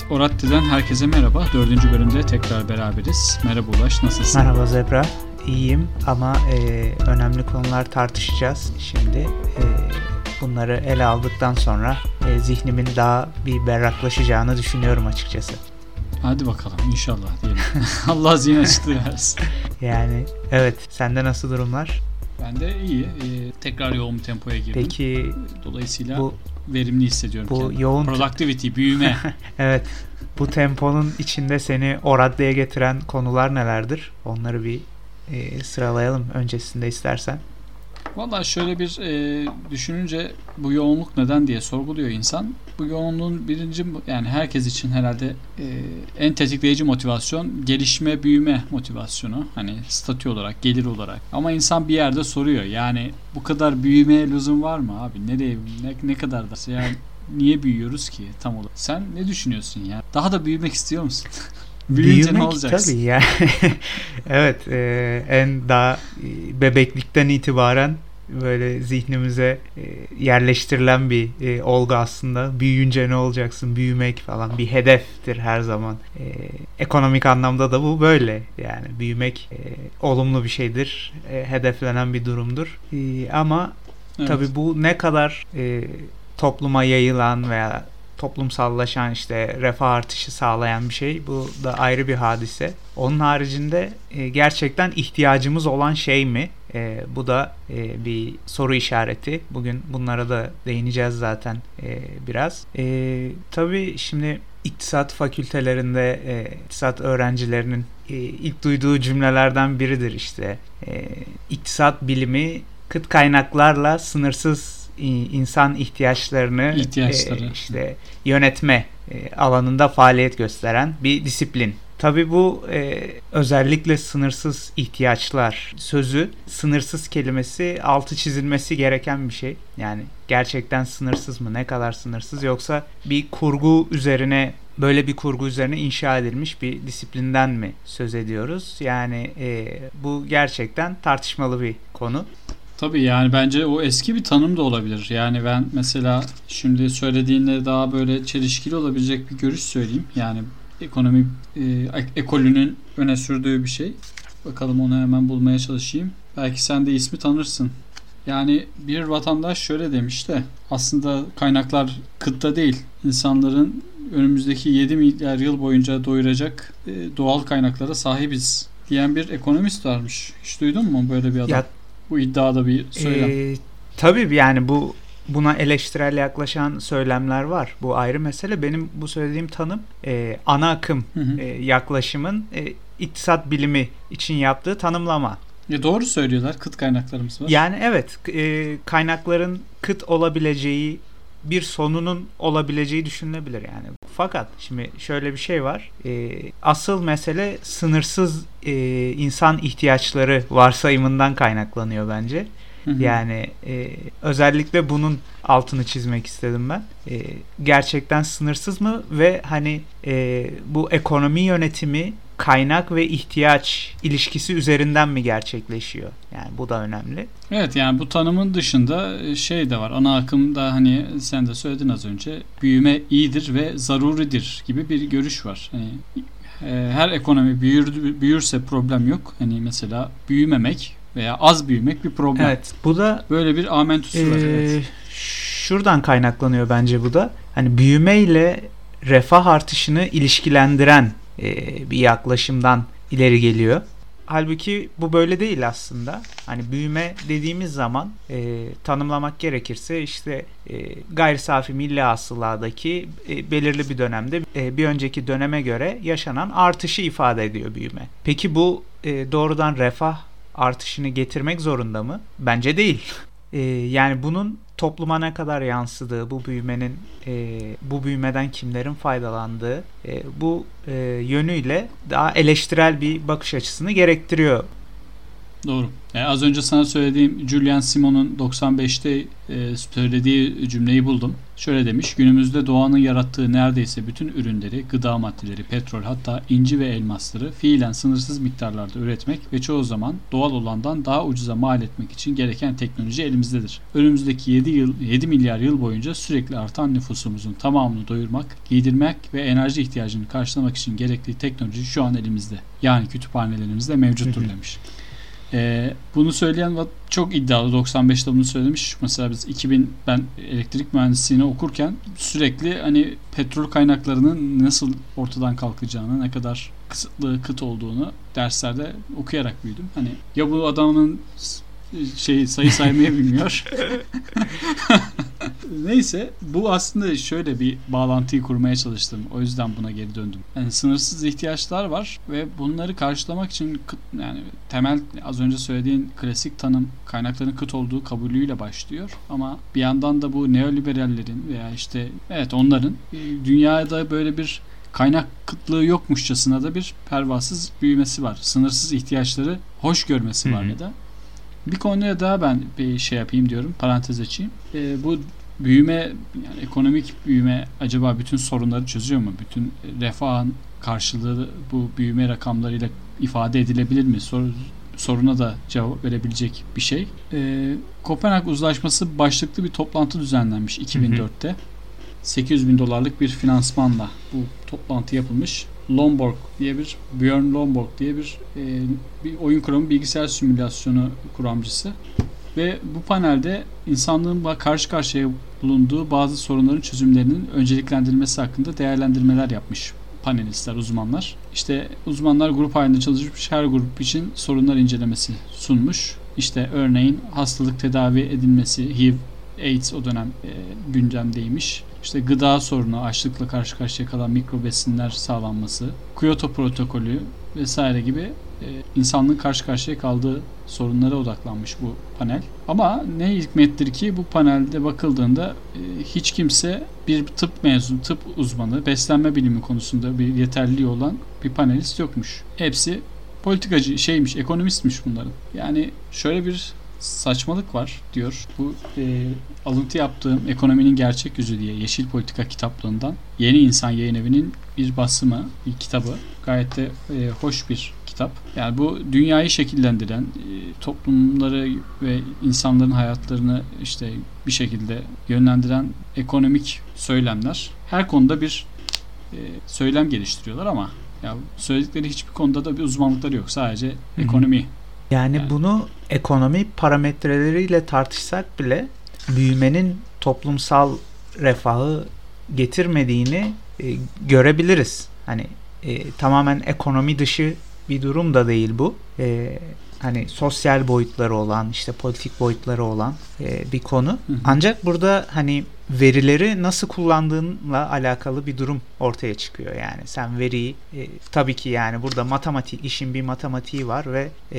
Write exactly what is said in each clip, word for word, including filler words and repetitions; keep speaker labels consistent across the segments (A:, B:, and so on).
A: Oratti'den herkese merhaba. Dördüncü bölümde tekrar beraberiz. Merhaba Ulaş, nasılsın?
B: Merhaba Zebra, iyiyim ama e, önemli konular tartışacağız. Şimdi e, bunları ele aldıktan sonra e, zihnimin daha bir berraklaşacağını düşünüyorum açıkçası.
A: Hadi bakalım inşallah diyelim. Allah zihin açıklığı versin.
B: Yani evet, sende nasıl durumlar?
A: Ben de iyi. Ee, tekrar yoğun bir tempoya girdim.
B: Peki
A: dolayısıyla
B: bu,
A: verimli hissediyorum
B: bu
A: kendimi.
B: yoğun
A: Productivity, büyüme.
B: Evet, bu temponun içinde seni o raddeye getiren konular nelerdir? Onları bir e, sıralayalım öncesinde istersen.
A: Valla şöyle bir e, düşününce bu yoğunluk neden diye sorguluyor insan. Bu yoğunluğun birinci, yani herkes için herhalde e, en tetikleyici motivasyon gelişme, büyüme motivasyonu. Hani statü olarak, gelir olarak. Ama insan bir yerde soruyor. Yani bu kadar büyümeye lüzum var mı abi? Nereye, ne, ne kadar da? Yani niye büyüyoruz ki tam olarak? Sen ne düşünüyorsun ya? Daha da büyümek istiyor musun? Büyüyünce
B: Büyümek
A: ne olacaksın?
B: tabii ya. Evet, e, en daha e, bebeklikten itibaren böyle zihnimize e, yerleştirilen bir e, olgu aslında. Büyüyünce ne olacaksın? Büyümek falan bir hedeftir her zaman. E, ekonomik anlamda da bu böyle. Yani büyümek e, olumlu bir şeydir. E, hedeflenen bir durumdur. E, ama
A: Evet.
B: tabii bu ne kadar e, topluma yayılan veya toplumsallaşan, işte refah artışı sağlayan bir şey. Bu da ayrı bir hadise. Onun haricinde e, gerçekten ihtiyacımız olan şey mi? E, bu da e, bir soru işareti. Bugün bunlara da değineceğiz zaten e, biraz. E, tabii şimdi iktisat fakültelerinde e, iktisat öğrencilerinin e, ilk duyduğu cümlelerden biridir işte. E, iktisat bilimi kıt kaynaklarla sınırsız insan ihtiyaçlarını
A: İhtiyaçları.
B: e, işte yönetme e, alanında faaliyet gösteren bir disiplin. Tabii bu e, özellikle sınırsız ihtiyaçlar sözü, sınırsız kelimesi altı çizilmesi gereken bir şey. Yani gerçekten sınırsız mı? Ne kadar sınırsız? Yoksa bir kurgu üzerine, böyle bir kurgu üzerine inşa edilmiş bir disiplinden mi söz ediyoruz? Yani e, bu gerçekten tartışmalı bir konu.
A: Tabii yani bence o eski bir tanım da olabilir. Yani ben mesela şimdi söylediğinle daha böyle çelişkili olabilecek bir görüş söyleyeyim. Yani ekonomi e, ekolünün öne sürdüğü bir şey. Bakalım, onu hemen bulmaya çalışayım. Belki sen de ismi tanırsın. Yani bir vatandaş şöyle demiş de, aslında kaynaklar kıtta değil, insanların önümüzdeki yedi milyar yıl boyunca doyuracak e, doğal kaynaklara sahibiz diyen bir ekonomist varmış. Hiç duydun mu böyle bir adam?
B: Ya,
A: bu iddiada bir söylem.
B: Ee, tabii yani bu buna eleştirel yaklaşan söylemler var. Bu ayrı mesele. Benim bu söylediğim tanım e, ana akım
A: Hı hı.
B: e, yaklaşımın e, iktisat bilimi için yaptığı tanımlama.
A: Ya doğru söylüyorlar. Kıt kaynaklarımız var.
B: Yani evet, e, kaynakların kıt olabileceği, bir sonunun olabileceği düşünülebilir yani. Fakat şimdi şöyle bir şey var. E, asıl mesele sınırsız e, insan ihtiyaçları varsayımından kaynaklanıyor bence.
A: Hı hı.
B: Yani e, özellikle bunun altını çizmek istedim ben. E, gerçekten sınırsız mı ve hani e, bu ekonomi yönetimi kaynak ve ihtiyaç ilişkisi üzerinden mi gerçekleşiyor? Yani bu da önemli.
A: Evet, yani bu tanımın dışında şey de var. Ana akımda hani sen de söyledin az önce, büyüme iyidir ve zaruridir gibi bir görüş var. Hani her ekonomi büyür, büyürse problem yok. Hani mesela büyümemek veya az büyümek bir problem.
B: Evet, bu da
A: böyle bir amentüsü
B: e,
A: var. Evet.
B: Şuradan kaynaklanıyor bence bu da. Hani büyümeyle refah artışını ilişkilendiren e, bir yaklaşımdan ileri geliyor. Halbuki bu böyle değil aslında. Hani büyüme dediğimiz zaman e, tanımlamak gerekirse işte e, gayri safi milli hasıladaki e, belirli bir dönemde e, bir önceki döneme göre yaşanan artışı ifade ediyor büyüme. Peki bu e, doğrudan refah artışını getirmek zorunda mı? Bence değil. E, yani bunun topluma ne kadar yansıdığı, bu büyümenin e, bu büyümeden kimlerin faydalandığı e, bu e, yönüyle daha eleştirel bir bakış açısını gerektiriyor
A: Doğru. Yani az önce sana söylediğim Julian Simon'un doksan beşte e, söylediği cümleyi buldum. Şöyle demiş: günümüzde doğanın yarattığı neredeyse bütün ürünleri, gıda maddeleri, petrol, hatta inci ve elmasları fiilen sınırsız miktarlarda üretmek ve çoğu zaman doğal olandan daha ucuza mal etmek için gereken teknoloji elimizdedir. Önümüzdeki yedi yıl, yedi milyar yıl boyunca sürekli artan nüfusumuzun tamamını doyurmak, giydirmek ve enerji ihtiyacını karşılamak için gerekli teknoloji şu an elimizde. Yani kütüphanelerimizde mevcuttur demiş. Ee, bunu söyleyen çok iddialı. doksan beşte bunu söylemiş. Mesela biz iki bin, ben elektrik mühendisliğini okurken sürekli hani petrol kaynaklarının nasıl ortadan kalkacağını, ne kadar kısıtlı, kıt olduğunu derslerde okuyarak büyüdüm. Hani ya bu adamın şey sayı saymayı bilmiyor. Neyse, bu aslında şöyle bir bağlantıyı kurmaya çalıştım. O yüzden buna geri döndüm. Yani sınırsız ihtiyaçlar var ve bunları karşılamak için yani temel, az önce söylediğin klasik tanım, kaynakların kıt olduğu kabulüyle başlıyor. Ama bir yandan da bu neoliberallerin veya işte evet onların dünyada böyle bir kaynak kıtlığı yokmuşçasına da bir pervasız büyümesi var. Sınırsız ihtiyaçları hoş görmesi var ya da. Bir konuya daha ben bir şey yapayım diyorum. Parantez açayım. E, bu büyüme, yani ekonomik büyüme acaba bütün sorunları çözüyor mu? Bütün refahın karşılığı bu büyüme rakamlarıyla ifade edilebilir mi? Sor, soruna da cevap verebilecek bir şey. E, Kopenhag Uzlaşması başlıklı bir toplantı düzenlenmiş iki bin dörtte. sekiz yüz bin dolarlık bir finansmanla bu toplantı yapılmış. Lomborg diye bir, Björn Lomborg diye bir, e, bir oyun kuramı bilgisayar simülasyonu kuramcısı. Ve bu panelde insanlığın karşı karşıya bulunduğu bazı sorunların çözümlerinin önceliklendirilmesi hakkında değerlendirmeler yapmış panelistler, uzmanlar. İşte uzmanlar grup halinde çalışmış, her grup için sorunlar incelemesi sunmuş. İşte örneğin hastalık tedavi edilmesi, H I V, AIDS o dönem e, gündemdeymiş. İşte gıda sorunu, açlıkla karşı karşıya kalan mikro besinler sağlanması, Kyoto protokolü vesaire gibi e, insanlığın karşı karşıya kaldığı sorunlara odaklanmış bu panel. Ama ne hikmettir ki bu panelde bakıldığında e, hiç kimse bir tıp mezunu, tıp uzmanı, beslenme bilimi konusunda bir yeterliliği olan bir panelist yokmuş. Hepsi politikacı, şeymiş, ekonomistmiş bunların. Yani şöyle bir saçmalık var diyor. Bu e, alıntı yaptığım Ekonominin Gerçek Yüzü diye Yeşil Politika kitaplığından Yeni İnsan Yayınevi'nin bir basımı, bir kitabı. Gayet de e, hoş bir kitap. Yani bu dünyayı şekillendiren, e, toplumları ve insanların hayatlarını işte bir şekilde yönlendiren ekonomik söylemler. Her konuda bir e, söylem geliştiriyorlar ama ya söyledikleri hiçbir konuda da bir uzmanlıkları yok. Sadece Hı-hı. ekonomi.
B: Yani, yani bunu ekonomi parametreleriyle tartışsak bile büyümenin toplumsal refahı getirmediğini e, görebiliriz. Hani e, tamamen ekonomi dışı bir durum da değil bu. E, hani sosyal boyutları olan, işte politik boyutları olan e, bir konu. Hı hı. Ancak burada hani verileri nasıl kullandığınla alakalı bir durum ortaya çıkıyor. Yani sen veriyi e, tabii ki yani burada matematik, işin bir matematiği var ve e,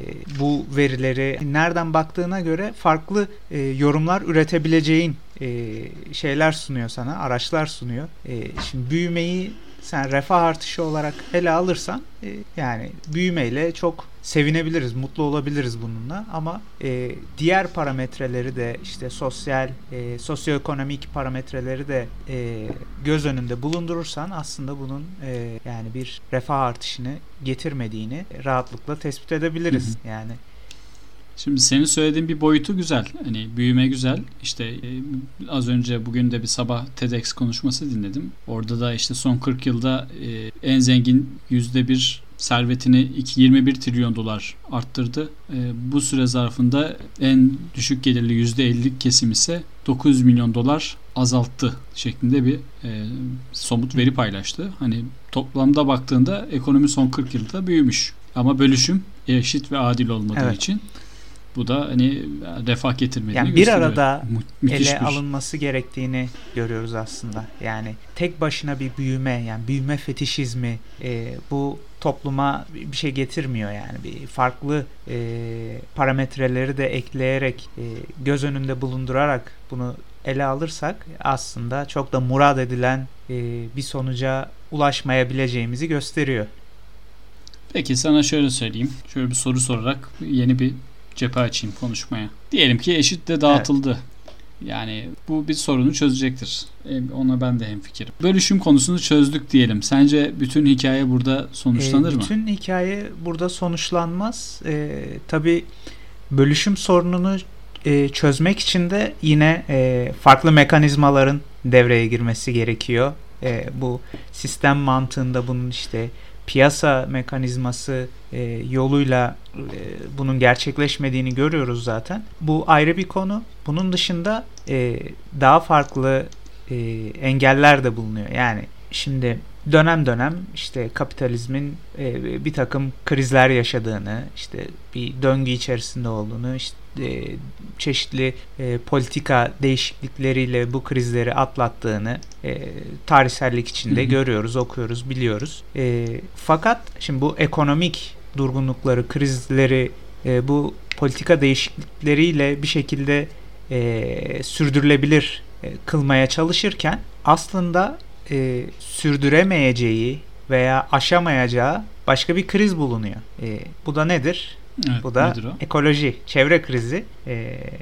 B: bu verileri nereden baktığına göre farklı e, yorumlar üretebileceğin e, şeyler sunuyor sana, araçlar sunuyor. E, şimdi büyümeyi sen refah artışı olarak ele alırsan e, yani büyümeyle çok sevinebiliriz, mutlu olabiliriz bununla ama e, diğer parametreleri de işte sosyal, e, sosyoekonomik parametreleri de e, göz önünde bulundurursan aslında bunun e, yani bir refah artışını getirmediğini rahatlıkla tespit edebiliriz. Hı hı. Yani
A: şimdi senin söylediğin bir boyutu güzel. Hani büyüme güzel. İşte e, az önce bugün de bir sabah TEDx konuşması dinledim. Orada da işte son kırk yılda e, en zengin yüzde bir servetini yirmi bir trilyon dolar arttırdı. E, bu süre zarfında en düşük gelirli yüzde elli kesim ise dokuz yüz milyon dolar azalttı şeklinde bir e, somut veri paylaştı. Hani toplamda baktığında ekonomi son kırk yılda büyümüş. Ama bölüşüm eşit ve adil olmadığı evet. için bu da hani refah getirmediğini
B: yani bir
A: gösteriyor.
B: arada
A: Mü-
B: ele
A: bir...
B: alınması gerektiğini görüyoruz aslında. Yani tek başına bir büyüme, yani büyüme fetişizmi e, bu topluma bir şey getirmiyor yani. Bir farklı e, parametreleri de ekleyerek e, göz önünde bulundurarak bunu ele alırsak aslında çok da murad edilen e, bir sonuca ulaşmayabileceğimizi gösteriyor.
A: Peki sana şöyle söyleyeyim. Şöyle bir soru sorarak yeni bir cephe açayım konuşmaya. Diyelim ki eşit de dağıtıldı. Evet. Yani bu bir sorunu çözecektir. Ona ben de hemfikirim. Bölüşüm konusunu çözdük diyelim. Sence bütün hikaye burada sonuçlanır
B: e,
A: mı?
B: Bütün hikaye burada sonuçlanmaz. E, tabii bölüşüm sorununu e, çözmek için de yine e, farklı mekanizmaların devreye girmesi gerekiyor. E, bu sistem mantığında bunun işte piyasa mekanizması e, yoluyla e, bunun gerçekleşmediğini görüyoruz zaten. Bu ayrı bir konu. Bunun dışında e, daha farklı e, engeller de bulunuyor. Yani şimdi dönem dönem işte kapitalizmin e, bir takım krizler yaşadığını, işte bir döngü içerisinde olduğunu, işte e, çeşitli e, politika değişiklikleriyle bu krizleri atlattığını e, tarihsellik içinde hı hı. görüyoruz, okuyoruz, biliyoruz. E, fakat şimdi bu ekonomik durgunlukları, krizleri e, bu politika değişiklikleriyle bir şekilde e, sürdürülebilir e, kılmaya çalışırken aslında e, sürdüremeyeceği veya aşamayacağı başka bir kriz bulunuyor. E, bu da nedir?
A: Evet,
B: bu da ekoloji, çevre krizi. E,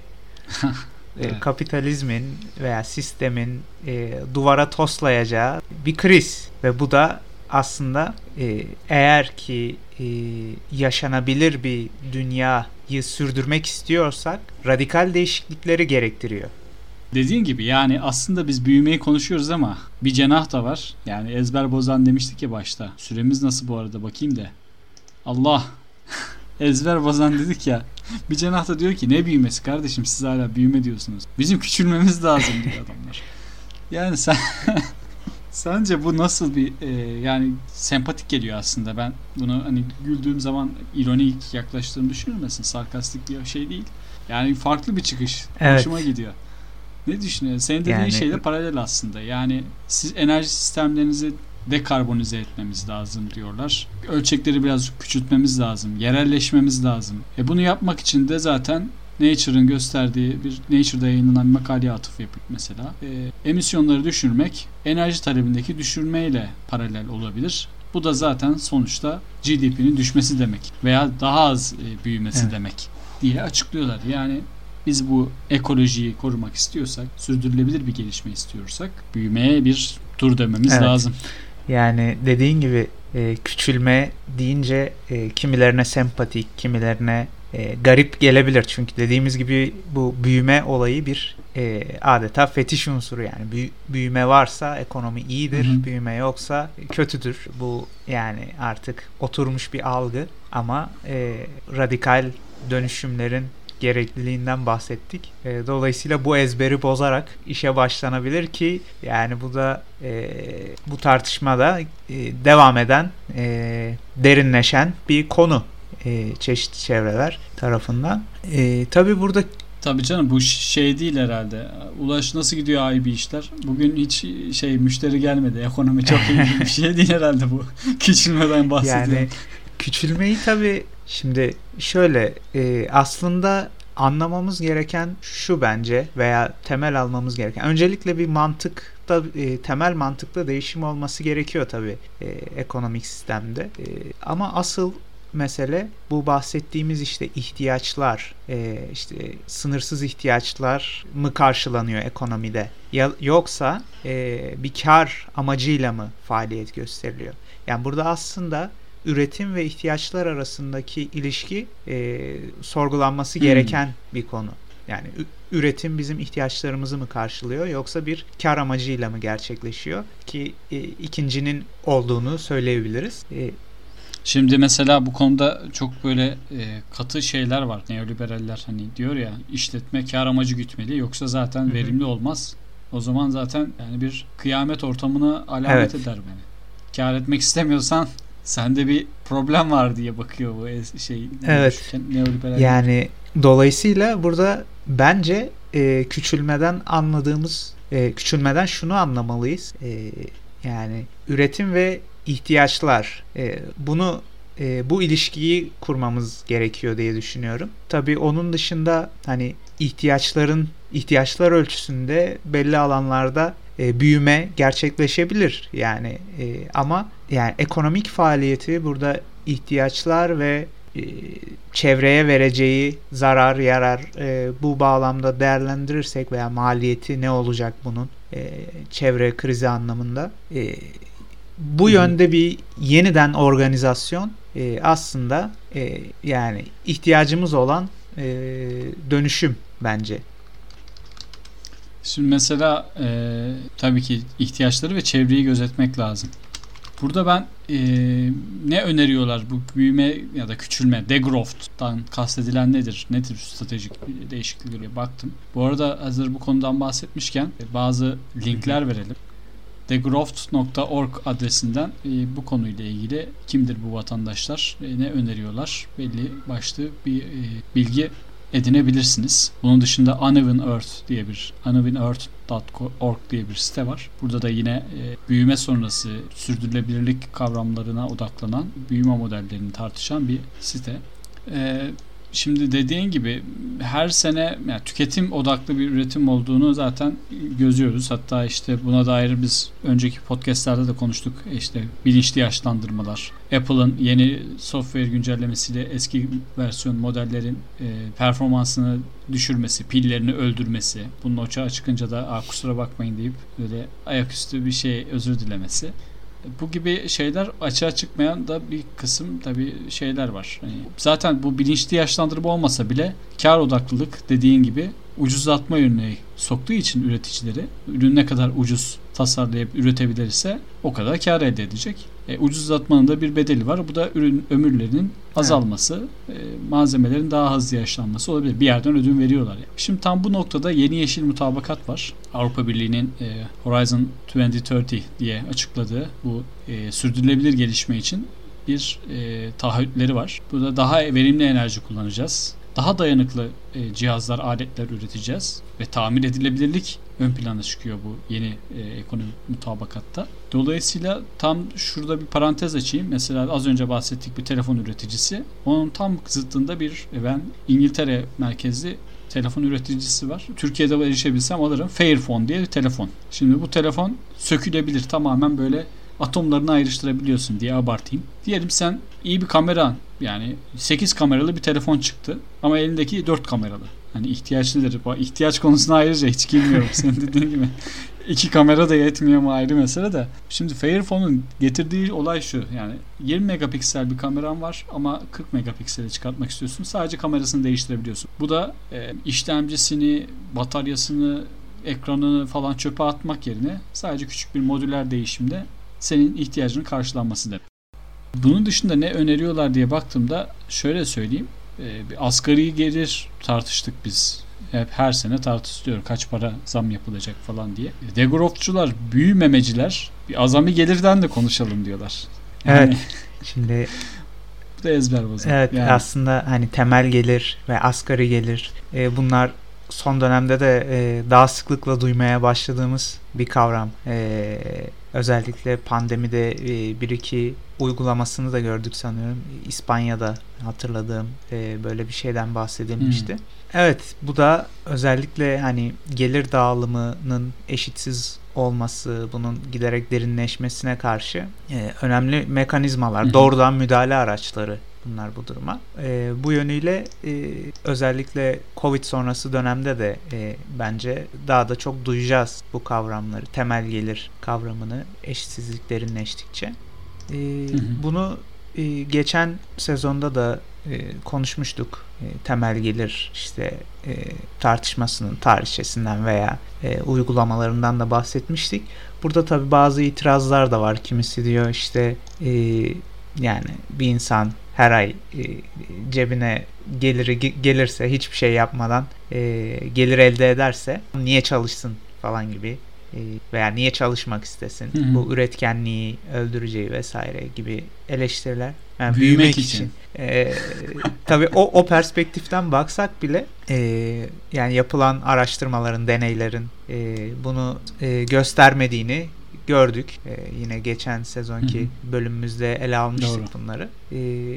B: evet. e, kapitalizmin veya sistemin e, duvara toslayacağı bir kriz ve bu da aslında e, eğer ki e, yaşanabilir bir dünyayı sürdürmek istiyorsak radikal değişiklikleri gerektiriyor.
A: Dediğin gibi yani aslında biz büyümeyi konuşuyoruz ama bir cenah da var. Yani ezber bozan demiştik ya başta. Süremiz nasıl bu arada bakayım da. Allah ezber bozan dedik ya. Bir cenah da diyor ki ne büyümesi kardeşim, siz hala büyüme diyorsunuz. Bizim küçülmemiz lazım diyor adamlar. Yani sen sence bu nasıl bir e, yani sempatik geliyor aslında. Ben bunu hani güldüğüm zaman ironik yaklaştığımı düşünmesin. Sarkastik bir şey değil. Yani farklı bir çıkış. Evet. Hoşuma gidiyor. Ne düşünüyorsun? Senin dediğin yani, şeyle paralel aslında. Yani siz enerji sistemlerinizi dekarbonize etmemiz lazım diyorlar. Ölçekleri biraz küçültmemiz lazım. Yerelleşmemiz lazım. E bunu yapmak için de zaten Nature'ın gösterdiği bir Nature'da yayınlanan bir makaleye atıf yapıp mesela e, emisyonları düşürmek enerji talebindeki düşürmeyle paralel olabilir. Bu da zaten sonuçta G D P'nin düşmesi demek veya daha az e, büyümesi evet. demek diye açıklıyorlar. Yani biz bu ekolojiyi korumak istiyorsak, sürdürülebilir bir gelişme istiyorsak büyümeye bir dur dememiz evet. lazım.
B: Yani dediğin gibi e, küçülme deyince e, kimilerine sempatik, kimilerine e, garip gelebilir. Çünkü dediğimiz gibi bu büyüme olayı bir e, adeta fetiş unsuru. Yani büy- büyüme varsa ekonomi iyidir, hı hı. büyüme yoksa kötüdür. Bu yani artık oturmuş bir algı ama e, radikal dönüşümlerin gerekliliğinden bahsettik. E, dolayısıyla bu ezberi bozarak işe başlanabilir ki yani bu da e, bu tartışmada e, devam eden, e, derinleşen bir konu e, çeşitli çevreler tarafından. E, tabii burada
A: Tabii canım bu şey değil herhalde. Ulaş nasıl gidiyor abi işler? Bugün hiç şey müşteri gelmedi. Ekonomi çok iyi bir şey değil herhalde bu. Küçülmeden bahsediyorum.
B: Yani küçülmeyi tabii şimdi şöyle e, aslında anlamamız gereken şu bence veya temel almamız gereken. Öncelikle bir mantıkta e, temel mantıkta değişim olması gerekiyor tabii e, ekonomik sistemde. E, ama asıl mesele bu bahsettiğimiz işte ihtiyaçlar, e, işte sınırsız ihtiyaçlar mı karşılanıyor ekonomide? Ya, yoksa e, bir kar amacıyla mı faaliyet gösteriliyor? Yani burada aslında üretim ve ihtiyaçlar arasındaki ilişki e, sorgulanması gereken hmm. bir konu. Yani ü- üretim bizim ihtiyaçlarımızı mı karşılıyor yoksa bir kar amacıyla mı gerçekleşiyor ki e, ikincinin olduğunu söyleyebiliriz. E,
A: Şimdi mesela bu konuda çok böyle e, katı şeyler var. Neoliberaller hani diyor ya işletme kar amacı gütmeli yoksa zaten Hı-hı. verimli olmaz. O zaman zaten yani bir kıyamet ortamına alamet evet. eder beni. Kar etmek istemiyorsan sende bir problem var diye bakıyor bu şey.
B: Evet. Yani dolayısıyla burada bence e, küçülmeden anladığımız e, küçülmeden şunu anlamalıyız. E, yani üretim ve ihtiyaçlar e, bunu e, bu ilişkiyi kurmamız gerekiyor diye düşünüyorum. Tabii onun dışında hani ihtiyaçların ihtiyaçlar ölçüsünde belli alanlarda e, büyüme gerçekleşebilir yani e, ama yani ekonomik faaliyeti burada ihtiyaçlar ve e, çevreye vereceği zarar, yarar e, bu bağlamda değerlendirirsek veya maliyeti ne olacak bunun e, çevre krizi anlamında e, bu Hı-hı. yönde bir yeniden organizasyon e, aslında e, yani ihtiyacımız olan e, dönüşüm bence.
A: Şimdi mesela e, tabii ki ihtiyaçları ve çevreyi gözetmek lazım. Burada ben e, ne öneriyorlar bu büyüme ya da küçülme, degrowth'tan kastedilen nedir? Nedir stratejik değişiklikleri baktım. Bu arada hazır bu konudan bahsetmişken bazı linkler verelim. degrowth nokta org adresinden e, bu konuyla ilgili kimdir bu vatandaşlar, e, ne öneriyorlar belli başlı bir e, bilgi edinebilirsiniz. Bunun dışında Uneven Earth diye bir uneven earth nokta org diye bir site var. Burada da yine e, büyüme sonrası sürdürülebilirlik kavramlarına odaklanan büyüme modellerini tartışan bir site. E, Şimdi dediğin gibi her sene yani tüketim odaklı bir üretim olduğunu zaten gözüyoruz. Hatta işte buna dair biz önceki podcastlerde de konuştuk. İşte bilinçli yaşlandırmalar, Apple'ın yeni software güncellemesiyle eski versiyon modellerin e, performansını düşürmesi, pillerini öldürmesi, bunun oçağa çıkınca da kusura bakmayın deyip böyle ayaküstü bir şey özür dilemesi. Bu gibi şeyler açığa çıkmayan da bir kısım tabii şeyler var. Yani zaten bu bilinçli yaşlandırma olmasa bile kar odaklılık dediğin gibi ucuzlatma yönüne soktuğu için üreticileri ürün ne kadar ucuz tasarlayıp üretebilirse o kadar kar elde edecek. E, ucuzlatmanın da bir bedeli var. Bu da ürün ömürlerinin azalması, evet. e, malzemelerin daha hızlı yaşlanması olabilir. Bir yerden ödün veriyorlar. Yani. Şimdi tam bu noktada yeni yeşil mutabakat var. Avrupa Birliği'nin e, Horizon yirmi otuz diye açıkladığı bu e, sürdürülebilir gelişme için bir e, taahhütleri var. Burada daha verimli enerji kullanacağız. Daha dayanıklı e, cihazlar, aletler üreteceğiz ve tamir edilebilirlik ön plana çıkıyor bu yeni e, ekonomik mutabakatta. Dolayısıyla tam şurada bir parantez açayım. Mesela az önce bahsettik bir telefon üreticisi. Onun tam zıttında bir e, ben İngiltere merkezli telefon üreticisi var. Türkiye'de erişebilsem alırım. Fairphone diye bir telefon. Şimdi bu telefon sökülebilir. Tamamen böyle atomlarını ayrıştırabiliyorsun diye abartayım. Diyelim sen iyi bir kamera, yani sekiz kameralı bir telefon çıktı ama elindeki dört kameralı. Hani ihtiyaçlıdır. Bu ihtiyaç konusuna ayrıca hiç girmiyorum. Senin dediğin gibi. İki kamera da yetmiyor mu ayrı mesele de. Şimdi Fairphone'un getirdiği olay şu. Yani yirmi megapiksel bir kameran var ama kırk megapiksele çıkartmak istiyorsun. Sadece kamerasını değiştirebiliyorsun. Bu da e, işlemcisini, bataryasını, ekranını falan çöpe atmak yerine sadece küçük bir modüler değişimde senin ihtiyacının karşılanması demek. Bunun dışında ne öneriyorlar diye baktığımda şöyle söyleyeyim. E, bir asgari gelir tartıştık biz. Hep her sene tartışılıyor kaç para zam yapılacak falan diye. Degrowthçular, büyümemeciler bir azami gelirden de konuşalım diyorlar.
B: Yani, evet. Şimdi
A: bu da ezber bozan.
B: Evet, yani aslında hani temel gelir ve asgari gelir e, bunlar son dönemde de e, daha sıklıkla duymaya başladığımız bir kavram. E, özellikle pandemide e, bir iki uygulamasını da gördük sanıyorum. İspanya'da hatırladığım e, böyle bir şeyden bahsedilmişti. Hmm. Evet, bu da özellikle hani gelir dağılımının eşitsiz olması, bunun giderek derinleşmesine karşı e, önemli mekanizmalar, hmm. doğrudan müdahale araçları bunlar bu duruma. E, bu yönüyle e, özellikle Covid sonrası dönemde de e, bence daha da çok duyacağız bu kavramları. Temel gelir kavramını eşitsizlik derinleştikçe. E, hı hı. Bunu e, geçen sezonda da e, konuşmuştuk. E, temel gelir işte e, tartışmasının tarihçesinden veya e, uygulamalarından da bahsetmiştik. Burada tabii bazı itirazlar da var. Kimisi diyor işte e, yani bir insan her ay e, cebine geliri gelirse hiçbir şey yapmadan e, gelir elde ederse niye çalışsın falan gibi e, veya niye çalışmak istesin, hı hı. bu üretkenliği öldüreceği vesaire gibi eleştiriler. Yani büyümek, büyümek için. için. E, tabii o o perspektiften baksak bile e, yani yapılan araştırmaların, deneylerin e, bunu e, göstermediğini gördük. Ee, yine geçen sezonki Hı-hı. bölümümüzde ele almıştık Doğru. bunları. Ee,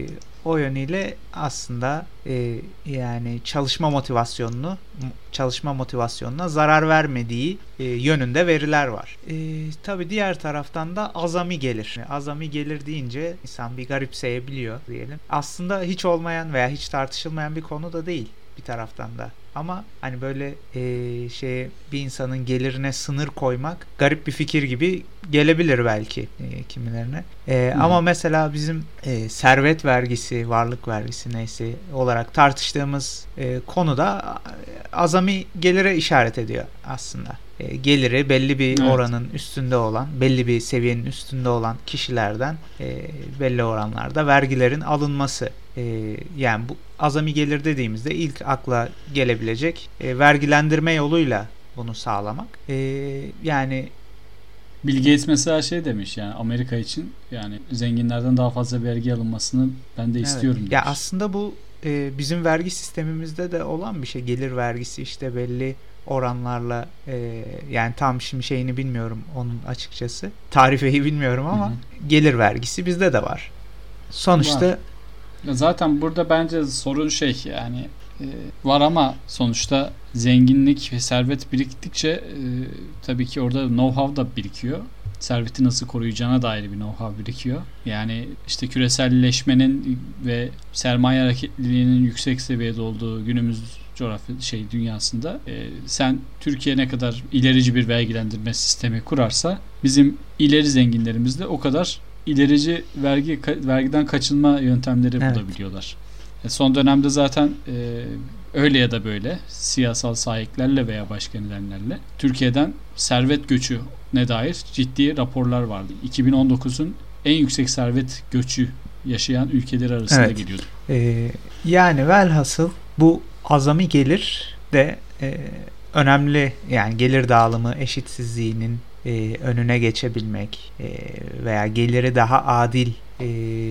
B: o yönüyle aslında e, yani çalışma motivasyonunu çalışma motivasyonuna zarar vermediği e, yönünde veriler var. E, tabii diğer taraftan da azami gelir. Yani azami gelir deyince insan bir garipseyebiliyor diyelim. Aslında hiç olmayan veya hiç tartışılmayan bir konu da değil bir taraftan da. Ama hani böyle e, şey bir insanın gelirine sınır koymak garip bir fikir gibi gelebilir belki e, kimilerine. E, ama mesela bizim e, servet vergisi, varlık vergisi neyse olarak tartıştığımız e, konuda azami gelire işaret ediyor aslında. E, geliri belli bir evet. oranın üstünde olan, belli bir seviyenin üstünde olan kişilerden e, belli oranlarda vergilerin alınması. E, yani bu azami gelir dediğimizde ilk akla gelebilecek e, vergilendirme yoluyla bunu sağlamak. E, yani
A: Bill Gates mesela şey demiş, yani Amerika için yani zenginlerden daha fazla vergi alınmasını ben de evet. istiyorum demiş.
B: Ya aslında bu e, bizim vergi sistemimizde de olan bir şey. Gelir vergisi işte belli oranlarla e, yani tam şimdi şeyini bilmiyorum onun açıkçası. Tarifeyi bilmiyorum ama Hı-hı. gelir vergisi bizde de var. Sonuçta
A: var. Zaten burada bence sorun şey yani e, var ama sonuçta zenginlik ve servet biriktikçe e, tabii ki orada know-how da birikiyor. Serveti nasıl koruyacağına dair bir know-how birikiyor. Yani işte küreselleşmenin ve sermaye hareketliliğinin yüksek seviyede olduğu günümüz coğrafya şey dünyasında e, sen Türkiye ne kadar ilerici bir vergilendirme sistemi kurarsa bizim ileri zenginlerimiz de o kadar ilerici vergi vergiden kaçınma yöntemleri evet. bulabiliyorlar. E, son dönemde zaten e, öyle ya da böyle siyasal sahiplerle veya başka nedenlerle Türkiye'den servet göçü ne dair ciddi raporlar vardı. iki bin on dokuzun en yüksek servet göçü yaşayan ülkeler arasında evet. geliyordu.
B: Ee, yani velhasıl bu azami gelir de e, önemli, yani gelir dağılımı eşitsizliğinin e, önüne geçebilmek e, veya geliri daha adil e,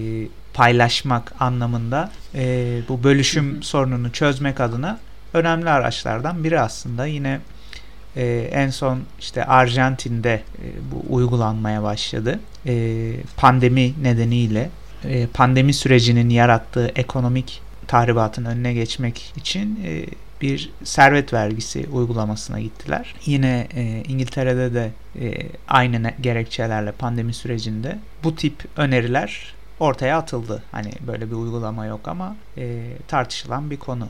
B: paylaşmak anlamında e, bu bölüşüm hı hı. sorununu çözmek adına önemli araçlardan biri aslında. Yine e, en son işte Arjantin'de e, bu uygulanmaya başladı. E, pandemi nedeniyle e, pandemi sürecinin yarattığı ekonomik tahribatın önüne geçmek için e, bir servet vergisi uygulamasına gittiler. Yine e, İngiltere'de de e, aynı gerekçelerle pandemi sürecinde bu tip öneriler ortaya atıldı. Hani böyle bir uygulama yok ama e, tartışılan bir konu.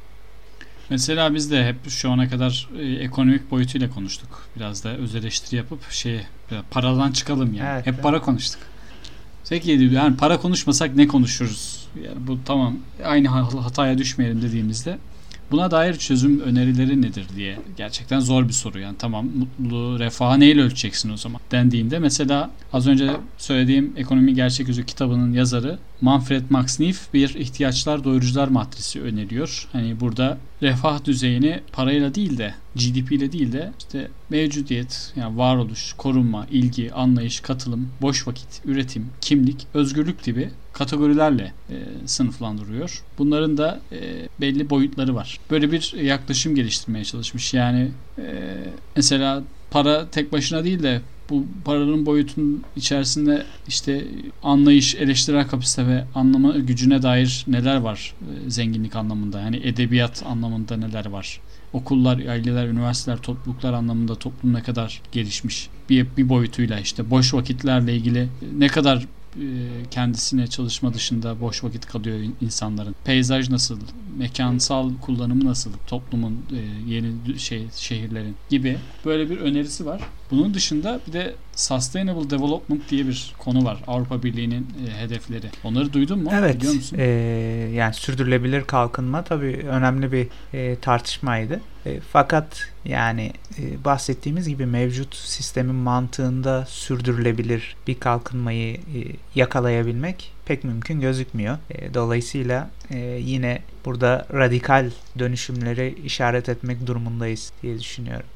A: Mesela biz de hep şu ana kadar e, ekonomik boyutuyla konuştuk. Biraz da öz eleştiri yapıp şey paradan çıkalım yani. Evet, hep evet. para konuştuk. Peki yani para konuşmasak ne konuşuruz? Yani bu tamam aynı hataya düşmeyelim dediğimizde buna dair çözüm önerileri nedir diye gerçekten zor bir soru. Yani tamam mutluluğu, refahı neyle ölçeceksin o zaman dendiğinde mesela az önce söylediğim Ekonomi Gerçek Yüzü kitabının yazarı Manfred Max Neef bir ihtiyaçlar doyurucular matrisi öneriyor. Hani burada refah düzeyini parayla değil de G D P ile değil de işte mevcudiyet, yani varoluş, korunma, ilgi, anlayış, katılım, boş vakit, üretim, kimlik, özgürlük gibi kategorilerle e, sınıflandırıyor. Bunların da e, belli boyutları var. Böyle bir yaklaşım geliştirmeye çalışmış. Yani e, mesela para tek başına değil de bu paranın boyutunun içerisinde işte anlayış, eleştirel kapasite ve anlama gücüne dair neler var e, zenginlik anlamında, yani edebiyat anlamında neler var, okullar, aileler, üniversiteler, topluluklar anlamında toplum ne kadar gelişmiş bir, bir boyutuyla, işte boş vakitlerle ilgili ne kadar kendisine çalışma dışında boş vakit kalıyor insanların. Peyzaj nasıl, mekansal kullanımı nasıl, toplumun yeni şey şehirlerin gibi böyle bir önerisi var. Bunun dışında bir de Sustainable Development diye bir konu var. Avrupa Birliği'nin e, hedefleri. Onları duydun mu?
B: Evet.
A: Biliyor musun?
B: E, yani sürdürülebilir kalkınma tabii önemli bir e, tartışmaydı. E, fakat yani e, bahsettiğimiz gibi mevcut sistemin mantığında sürdürülebilir bir kalkınmayı e, yakalayabilmek pek mümkün gözükmüyor. E, dolayısıyla e, yine burada radikal dönüşümleri işaret etmek durumundayız diye düşünüyorum.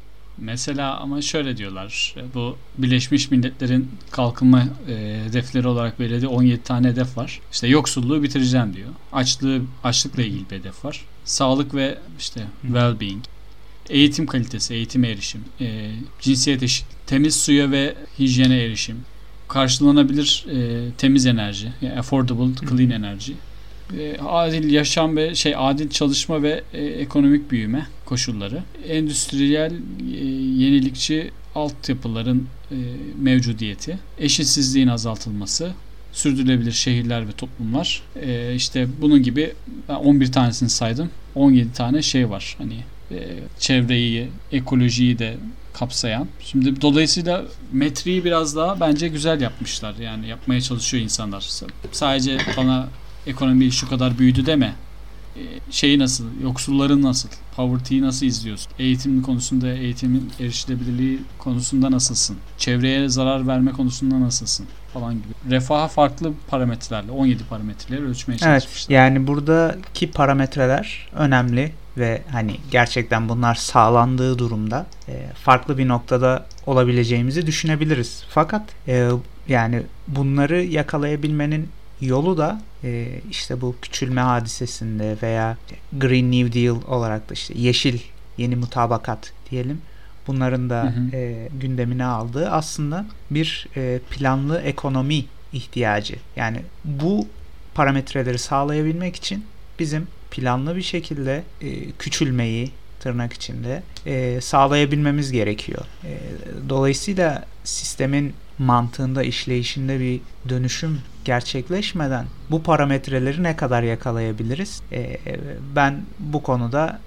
A: Mesela ama şöyle diyorlar, bu Birleşmiş Milletler'in kalkınma e, hedefleri olarak belirlediği on yedi tane hedef var. İşte yoksulluğu bitireceğim diyor. Açlığı, açlıkla ilgili bir hedef var. Sağlık ve işte well-being, eğitim kalitesi, eğitime erişim, e, cinsiyet eşitliği, temiz suya ve hijyene erişim, karşılanabilir e, temiz enerji, yani affordable clean enerji, e, adil yaşam ve şey adil çalışma ve e, ekonomik büyüme koşulları, endüstriyel e, yenilikçi altyapıların e, mevcudiyeti, eşitsizliğin azaltılması, sürdürülebilir şehirler ve toplumlar. E, işte bunun gibi ben on bir tanesini saydım. on yedi tane şey var. Hani e, çevreyi, ekolojiyi de kapsayan. Şimdi dolayısıyla metreyi biraz daha bence güzel yapmışlar. Yani yapmaya çalışıyor insanlar. Sadece bana ekonomi şu kadar büyüdü deme. E, şeyi nasıl, yoksulların nasıl, poverty'yi nasıl izliyorsun? Eğitim konusunda, eğitimin erişilebilirliği konusunda nasılsın? Çevreye zarar verme konusunda nasılsın? Falan gibi. Refaha farklı parametrelerle, on yedi parametreleri ölçmeye çalışmışlar.
B: Evet, yani buradaki parametreler önemli ve hani gerçekten bunlar sağlandığı durumda e, farklı bir noktada olabileceğimizi düşünebiliriz. Fakat e, yani bunları yakalayabilmenin yolu da e, işte bu küçülme hadisesinde veya Green New Deal olarak da işte yeşil yeni mutabakat diyelim. Bunların da hı hı. E, gündemine aldığı aslında bir e, planlı ekonomi ihtiyacı. Yani bu parametreleri sağlayabilmek için bizim planlı bir şekilde e, küçülmeyi tırnak içinde e, sağlayabilmemiz gerekiyor. E, dolayısıyla sistemin mantığında, işleyişinde bir dönüşüm gerçekleşmeden bu parametreleri ne kadar yakalayabiliriz? E, ben bu konuda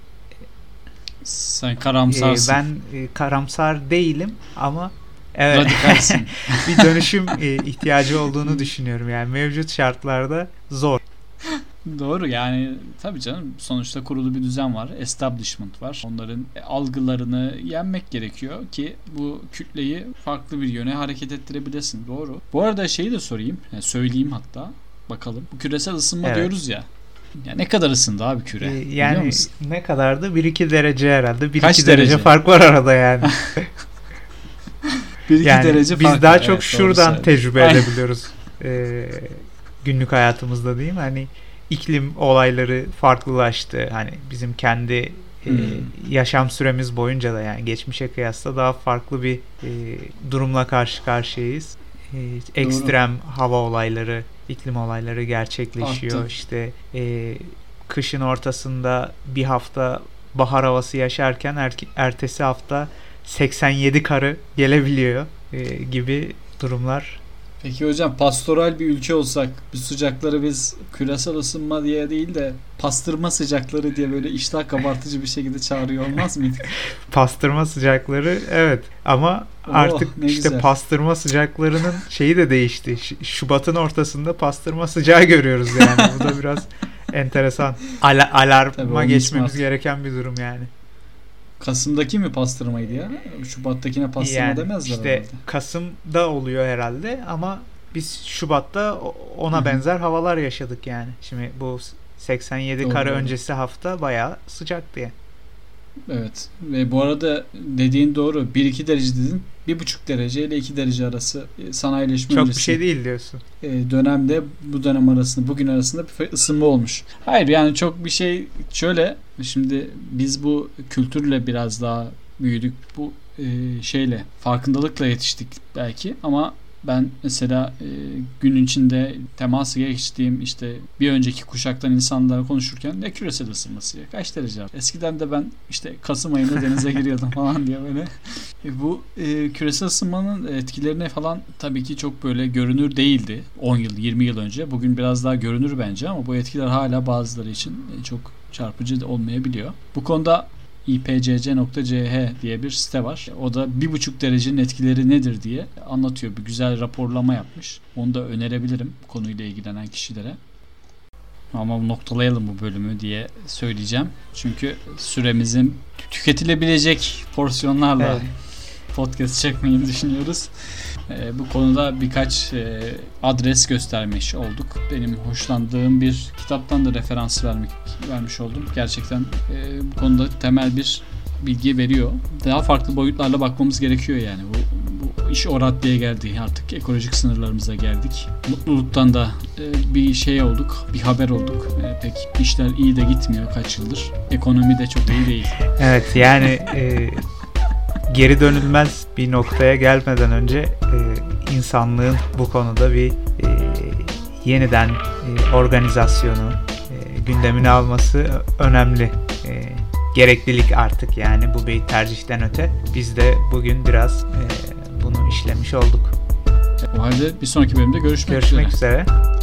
A: sen karamsarsın.
B: E, ben e, karamsar değilim ama evet,
A: radikalsin.
B: Bir dönüşüm e, ihtiyacı olduğunu düşünüyorum. Yani mevcut şartlarda zor.
A: Doğru, yani tabii canım, sonuçta kurulu bir düzen var, establishment var. Onların algılarını yenmek gerekiyor ki bu kütleyi farklı bir yöne hareket ettirebilesin. Doğru. Bu arada şeyi de sorayım, yani söyleyeyim hatta, bakalım. Bu küresel ısınma evet. diyoruz ya. Ya ne kadar ısındı abi küre?
B: Ee, yani ne kadardı? bir iki derece herhalde. bir
A: Kaç
B: iki
A: derece?
B: derece fark var arada yani.
A: bir iki
B: yani
A: derece
B: biz
A: fark
B: daha
A: var.
B: çok
A: Evet,
B: şuradan tecrübe edebiliyoruz. Ee, günlük hayatımızda diyeyim. Hani iklim olayları farklılaştı. Hani bizim kendi hmm. e, yaşam süremiz boyunca da yani geçmişe kıyasla daha farklı bir e, durumla karşı karşıyayız. E, ekstrem Doğru. hava olayları, iklim olayları gerçekleşiyor. Arttı. İşte e, kışın ortasında bir hafta bahar havası yaşarken er, ertesi hafta seksen yedi karı gelebiliyor e, gibi durumlar.
A: Peki hocam, pastoral bir ülke olsak bu sıcakları biz küresel ısınma diye değil de pastırma sıcakları diye böyle iştah kabartıcı bir şekilde çağırıyor olmaz mıydık?
B: Pastırma sıcakları evet, ama oh, artık işte güzel. Pastırma sıcaklarının şeyi de değişti. Şubat'ın ortasında pastırma sıcağı görüyoruz yani. Bu da biraz enteresan. Al- alarma geçmemiz smart. gereken bir durum yani.
A: Kasım'daki mi pastırmaydı ya? Şubat'takine pastırma yani demezler
B: işte
A: herhalde.
B: Kasım'da oluyor herhalde ama biz Şubat'ta ona Hı-hı. benzer havalar yaşadık yani. Şimdi bu seksen yedi doğru, kar doğru. öncesi hafta bayağı sıcaktı yani.
A: Evet. Ve bu arada dediğin doğru. bir iki derece dedin. bir buçuk derece ile iki derece arası sanayileşme
B: çok
A: öncesi.
B: Bir şey değil diyorsun.
A: Dönemde bu dönem arasında, bugün arasında bir ısınma olmuş. Hayır yani çok bir şey şöyle. Şimdi biz bu kültürle biraz daha büyüdük. Bu şeyle, farkındalıkla yetiştik belki ama ben mesela e, gün içinde teması geçtiğim işte bir önceki kuşaktan insanlarla konuşurken ne küresel ısınması ya, kaç derece var? Eskiden de ben işte Kasım ayında denize giriyordum falan diye böyle. E, bu e, küresel ısınmanın etkilerine falan tabii ki çok böyle görünür değildi on yıl yirmi yıl önce. Bugün biraz daha görünür bence ama bu etkiler hala bazıları için çok çarpıcı olmayabiliyor. Bu konuda i p c c nokta c h diye bir site var. O da bir buçuk derecenin etkileri nedir diye anlatıyor. Bir güzel raporlama yapmış. Onu da önerebilirim konuyla ilgilenen kişilere. Ama noktalayalım bu bölümü diye söyleyeceğim. Çünkü süremizin tüketilebilecek porsiyonlarla evet. podcast çekmeyi düşünüyoruz. E, bu konuda birkaç e, adres göstermiş olduk. Benim hoşlandığım bir kitaptan da referans vermek vermiş oldum. Gerçekten e, bu konuda temel bir bilgi veriyor. Daha farklı boyutlarla bakmamız gerekiyor yani. Bu, bu iş o raddeye geldi. Artık ekolojik sınırlarımıza geldik. Mutluluktan da e, bir şey olduk, bir haber olduk. E, pek işler iyi de gitmiyor kaç yıldır. Ekonomi de çok iyi değil.
B: Evet yani e, geri dönülmez bir noktaya gelmeden önce e, insanlığın bu konuda bir e, yeniden e, organizasyonu e, gündemine alması önemli. E, gereklilik artık, yani bu bir tercihten öte. Biz de bugün biraz e, bunu işlemiş olduk.
A: O halde bir sonraki bölümde görüşmek,
B: görüşmek
A: üzere.
B: üzere.